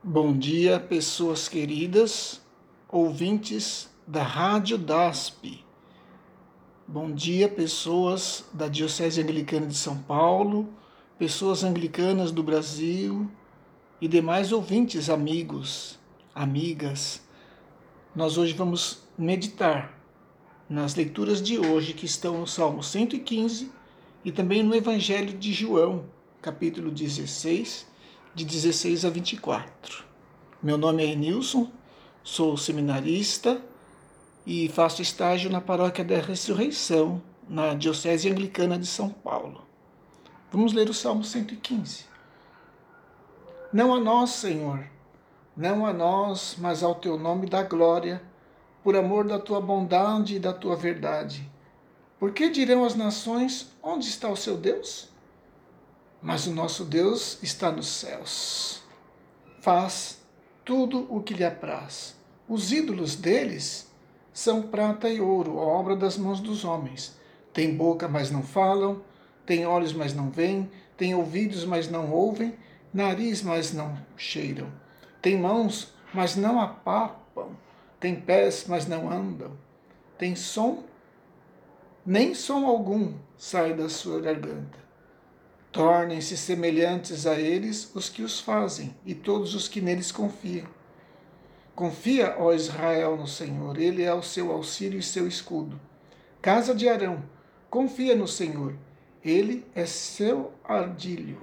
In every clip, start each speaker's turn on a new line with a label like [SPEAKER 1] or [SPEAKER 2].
[SPEAKER 1] Bom dia, pessoas queridas, ouvintes da Rádio DASP. Bom dia, pessoas da Diocese Anglicana de São Paulo, pessoas anglicanas do Brasil e demais ouvintes, amigos, amigas. Nós hoje vamos meditar nas leituras de hoje que estão no Salmo 115 e também no Evangelho de João, capítulo 16, de 16 a 24. Meu nome é Enilson, sou seminarista e faço estágio na Paróquia da Ressurreição, na Diocese Anglicana de São Paulo. Vamos ler o Salmo 115. Não a nós, Senhor, não a nós, mas ao teu nome dá glória, por amor da tua bondade e da tua verdade. Por que dirão as nações, onde está o seu Deus? Mas o nosso Deus está nos céus. Faz tudo o que lhe apraz. Os ídolos deles são prata e ouro, obra das mãos dos homens. Têm boca, mas não falam, têm olhos, mas não veem, têm ouvidos, mas não ouvem, nariz, mas não cheiram. Têm mãos, mas não apalpam, têm pés, mas não andam. Têm som, nem som algum sai da sua garganta. Tornem-se semelhantes a eles os que os fazem e todos os que neles confiam. Confia, ó Israel, no Senhor, Ele é o seu auxílio e seu escudo. Casa de Arão, confia no Senhor, Ele é seu ardilho.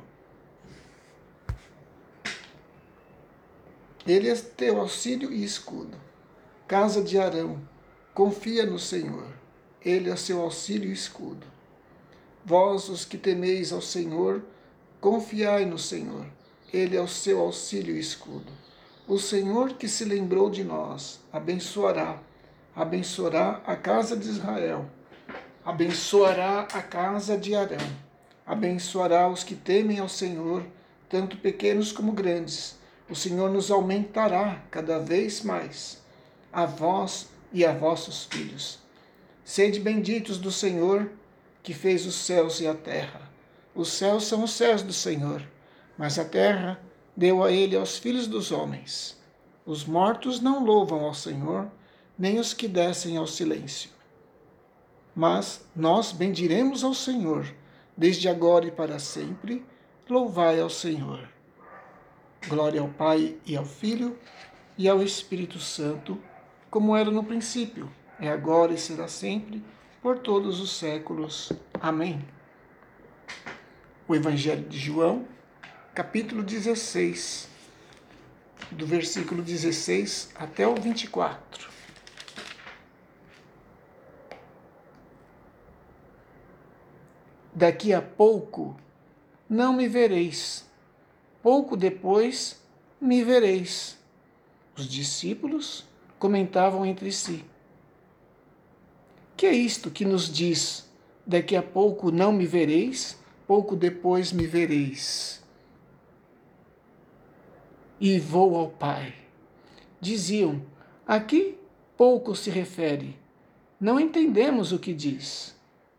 [SPEAKER 1] Ele é teu auxílio e escudo. Casa de Arão, confia no Senhor, Ele é seu auxílio e escudo. Vós, os que temeis ao Senhor, confiai no Senhor, Ele é o seu auxílio e escudo. O Senhor que se lembrou de nós, abençoará a casa de Israel, abençoará a casa de Arão, abençoará os que temem ao Senhor, tanto pequenos como grandes. O Senhor nos aumentará cada vez mais, a vós e a vossos filhos. Sede benditos do Senhor, que fez os céus e a terra. Os céus são os céus do Senhor, mas a terra deu a ele aos filhos dos homens. Os mortos não louvam ao Senhor, nem os que descem ao silêncio. Mas nós bendiremos ao Senhor, desde agora e para sempre, louvai ao Senhor. Glória ao Pai e ao Filho e ao Espírito Santo, como era no princípio, é agora e será sempre, por todos os séculos. Amém. O Evangelho de João, capítulo 16, do versículo 16 até o 24. Daqui a pouco não me vereis, pouco depois me vereis. Os discípulos comentavam entre si: que é isto que nos diz? Daqui a pouco não me vereis, pouco depois me vereis. E vou ao Pai. Diziam: aqui pouco se refere, não entendemos o que diz.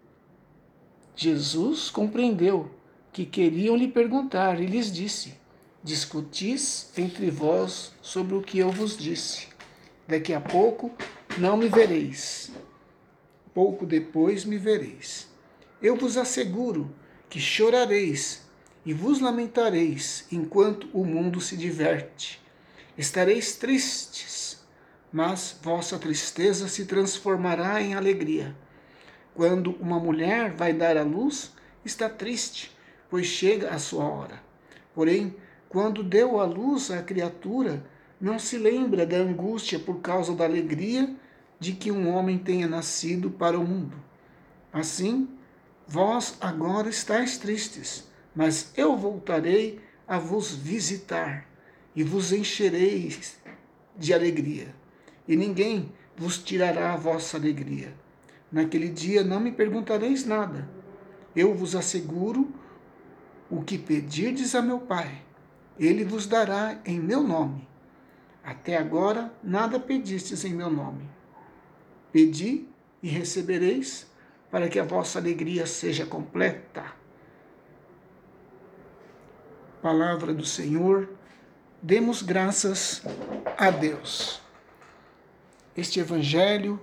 [SPEAKER 1] Jesus compreendeu que queriam lhe perguntar e lhes disse: discutis entre vós sobre o que eu vos disse. Daqui a pouco não me vereis, pouco depois me vereis. Eu vos asseguro que chorareis e vos lamentareis enquanto o mundo se diverte. Estareis tristes, mas vossa tristeza se transformará em alegria. Quando uma mulher vai dar à luz, está triste, pois chega a sua hora. Porém, quando deu à luz a criatura, não se lembra da angústia por causa da alegria de que um homem tenha nascido para o mundo. Assim, vós agora estáis tristes, mas eu voltarei a vos visitar e vos encherei de alegria, e ninguém vos tirará a vossa alegria. Naquele dia não me perguntareis nada. Eu vos asseguro o que pedirdes a meu Pai, ele vos dará em meu nome. Até agora nada pedistes em meu nome. Pedi e recebereis, para que a vossa alegria seja completa. Palavra do Senhor, Demos graças a Deus. Este evangelho,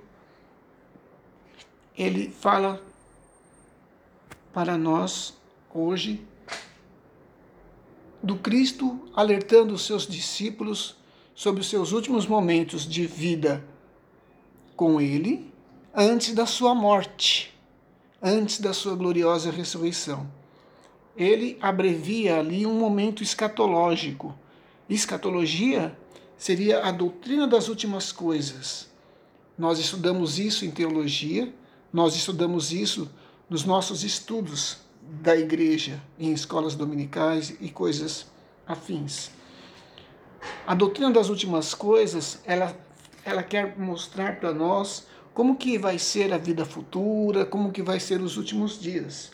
[SPEAKER 1] ele fala para nós hoje do Cristo alertando os seus discípulos sobre os seus últimos momentos de vida com ele, antes da sua morte, antes da sua gloriosa ressurreição. Ele abrevia ali um momento escatológico. Escatologia seria a doutrina das últimas coisas. Nós estudamos isso em teologia, nós estudamos isso nos nossos estudos da igreja, em escolas dominicais e coisas afins. A doutrina das últimas coisas, ela quer mostrar para nós como que vai ser a vida futura, como que vai ser os últimos dias.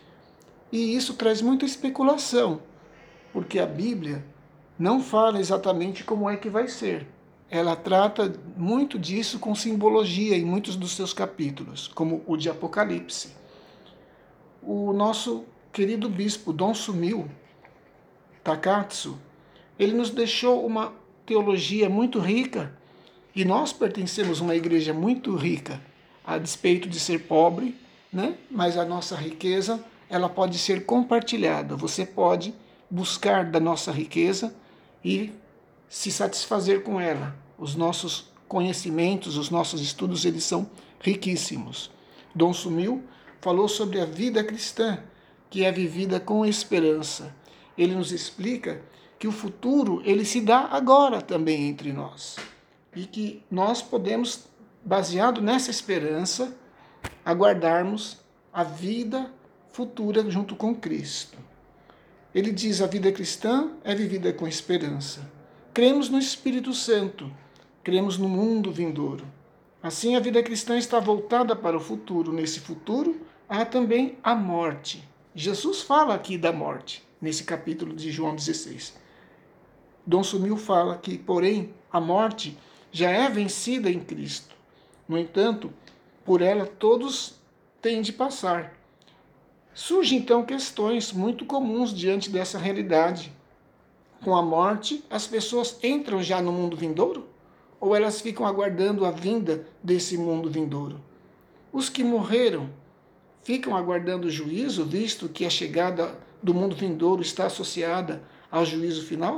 [SPEAKER 1] E isso traz muita especulação, porque a Bíblia não fala exatamente como é que vai ser. Ela trata muito disso com simbologia em muitos dos seus capítulos, como o de Apocalipse. O nosso querido bispo Dom Sumil Takatsu, ele nos deixou uma teologia muito rica, e nós pertencemos a uma igreja muito rica, a despeito de ser pobre, né? Mas a nossa riqueza, ela pode ser compartilhada. Você pode buscar da nossa riqueza e se satisfazer com ela. Os nossos conhecimentos, os nossos estudos, eles são riquíssimos. Dom Sumil falou sobre a vida cristã, que é vivida com esperança. Ele nos explica que o futuro, ele se dá agora também entre nós. E que nós podemos, baseado nessa esperança, aguardarmos a vida futura junto com Cristo. Ele diz: a vida cristã é vivida com esperança. Cremos no Espírito Santo, cremos no mundo vindouro. Assim, a vida cristã está voltada para o futuro. Nesse futuro, há também a morte. Jesus fala aqui da morte, nesse capítulo de João 16. Dom Sumil fala que, porém, a morte já é vencida em Cristo. No entanto, por ela todos têm de passar. Surgem então questões muito comuns diante dessa realidade. Com a morte, as pessoas entram já no mundo vindouro? Ou elas ficam aguardando a vinda desse mundo vindouro? Os que morreram ficam aguardando o juízo, visto que a chegada do mundo vindouro está associada ao juízo final?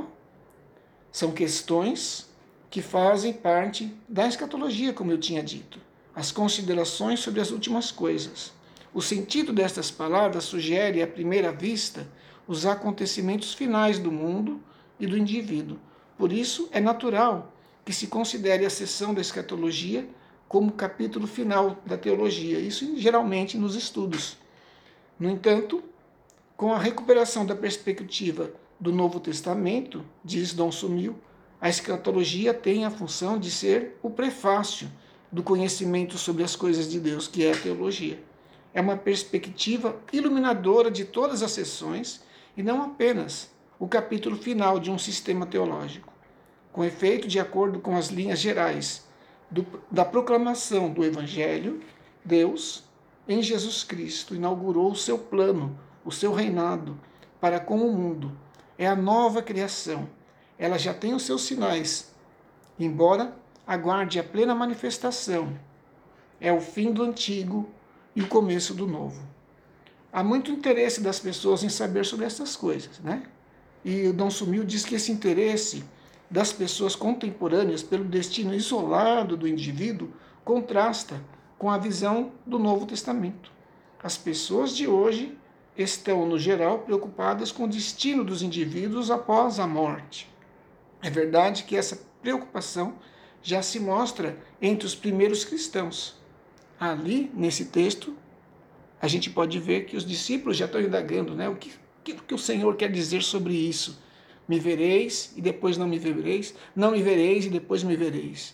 [SPEAKER 1] São questões que fazem parte da escatologia, como eu tinha dito. As considerações sobre as últimas coisas. O sentido destas palavras sugere, à primeira vista, os acontecimentos finais do mundo e do indivíduo. Por isso, é natural que se considere a seção da escatologia como capítulo final da teologia. Isso geralmente nos estudos. No entanto, com a recuperação da perspectiva do Novo Testamento, diz Dom Sumil, a escatologia tem a função de ser o prefácio do conhecimento sobre as coisas de Deus, que é a teologia. É uma perspectiva iluminadora de todas as seções e não apenas o capítulo final de um sistema teológico. Com efeito, de acordo com as linhas gerais da proclamação do Evangelho, Deus, em Jesus Cristo, inaugurou o seu plano, o seu reinado para com o mundo. É a nova criação. Ela já tem os seus sinais, embora aguarde a plena manifestação. É o fim do antigo e o começo do novo. Há muito interesse das pessoas em saber sobre essas coisas, né? E o Dom Sumil diz que esse interesse das pessoas contemporâneas pelo destino isolado do indivíduo contrasta com a visão do Novo Testamento. As pessoas de hoje estão, no geral, preocupadas com o destino dos indivíduos após a morte. É verdade que essa preocupação já se mostra entre os primeiros cristãos. Ali, nesse texto, a gente pode ver que os discípulos já estão indagando, né? O que o Senhor quer dizer sobre isso? Me vereis e depois não me vereis? Não me vereis e depois me vereis?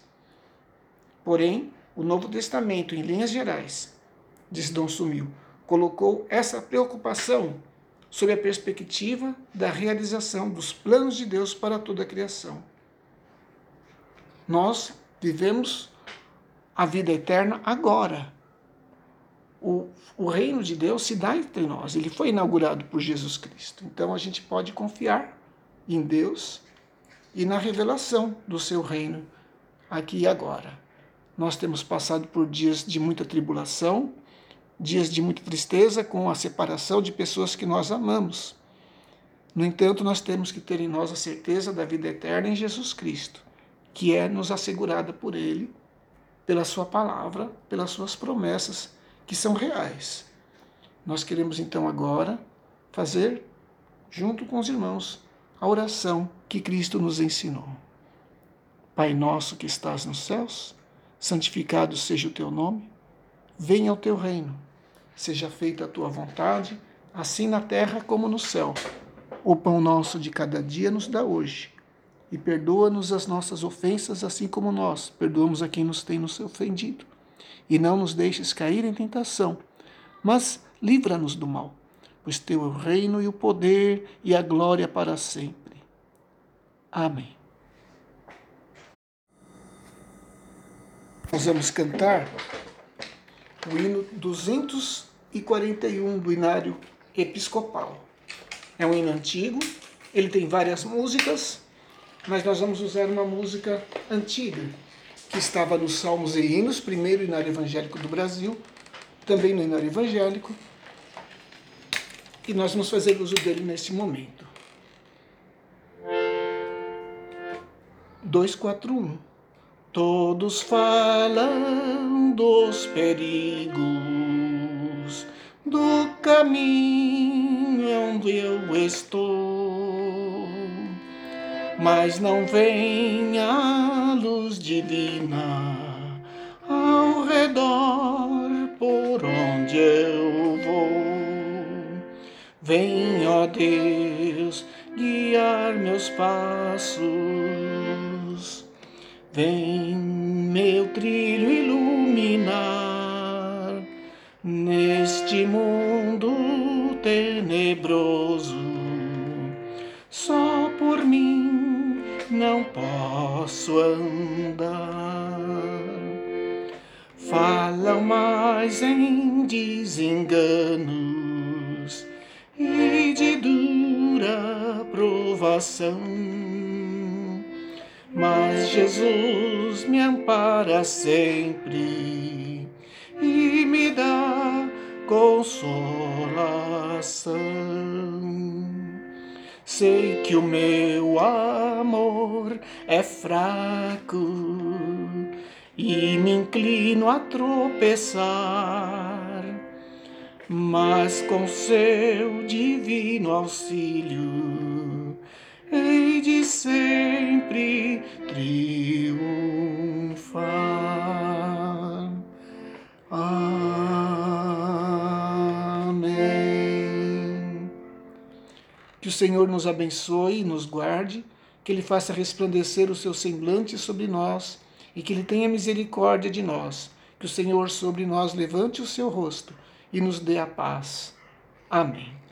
[SPEAKER 1] Porém, o Novo Testamento, em linhas gerais, diz Dom Sumil, colocou essa preocupação sob a perspectiva da realização dos planos de Deus para toda a criação. Nós vivemos a vida eterna agora. O reino de Deus se dá entre nós. Ele foi inaugurado por Jesus Cristo. Então a gente pode confiar em Deus e na revelação do seu reino aqui e agora. Nós temos passado por dias de muita tribulação, dias de muita tristeza com a separação de pessoas que nós amamos. No entanto, nós temos que ter em nós a certeza da vida eterna em Jesus Cristo, que é nos assegurada por Ele, pela Sua palavra, pelas Suas promessas, que são reais. Nós queremos então agora fazer, junto com os irmãos, a oração que Cristo nos ensinou. Pai nosso que estás nos céus, santificado seja o teu nome, venha o teu reino, seja feita a tua vontade, assim na terra como no céu. O pão nosso de cada dia nos dá hoje, e perdoa-nos as nossas ofensas, assim como nós perdoamos a quem nos tem nos ofendido. E não nos deixes cair em tentação, mas livra-nos do mal, pois teu é o reino e o poder e a glória para sempre. Amém. Nós vamos cantar o hino 241 do Inário Episcopal. É um hino antigo, ele tem várias músicas, mas nós vamos usar uma música antiga, que estava nos Salmos e Hinos, primeiro Inário Evangélico do Brasil, também no Inário Evangélico, e nós vamos fazer uso dele neste momento. 241. Todos falam dos perigos do caminho onde eu estou, mas não vem a luz divina ao redor por onde eu vou. Vem, ó Deus, guiar meus passos, vem meu trilho iluminar neste mundo tenebroso. Só por mim não posso andar. Falam mais em desenganos e de dura provação, mas Jesus me ampara sempre e me dá consolação. Sei que o meu amor é fraco e me inclino a tropeçar, mas com seu divino auxílio hei de sempre triunfar. Amém. Que o Senhor nos abençoe e nos guarde, que Ele faça resplandecer o seu semblante sobre nós e que Ele tenha misericórdia de nós. Que o Senhor sobre nós levante o seu rosto e nos dê a paz. Amém.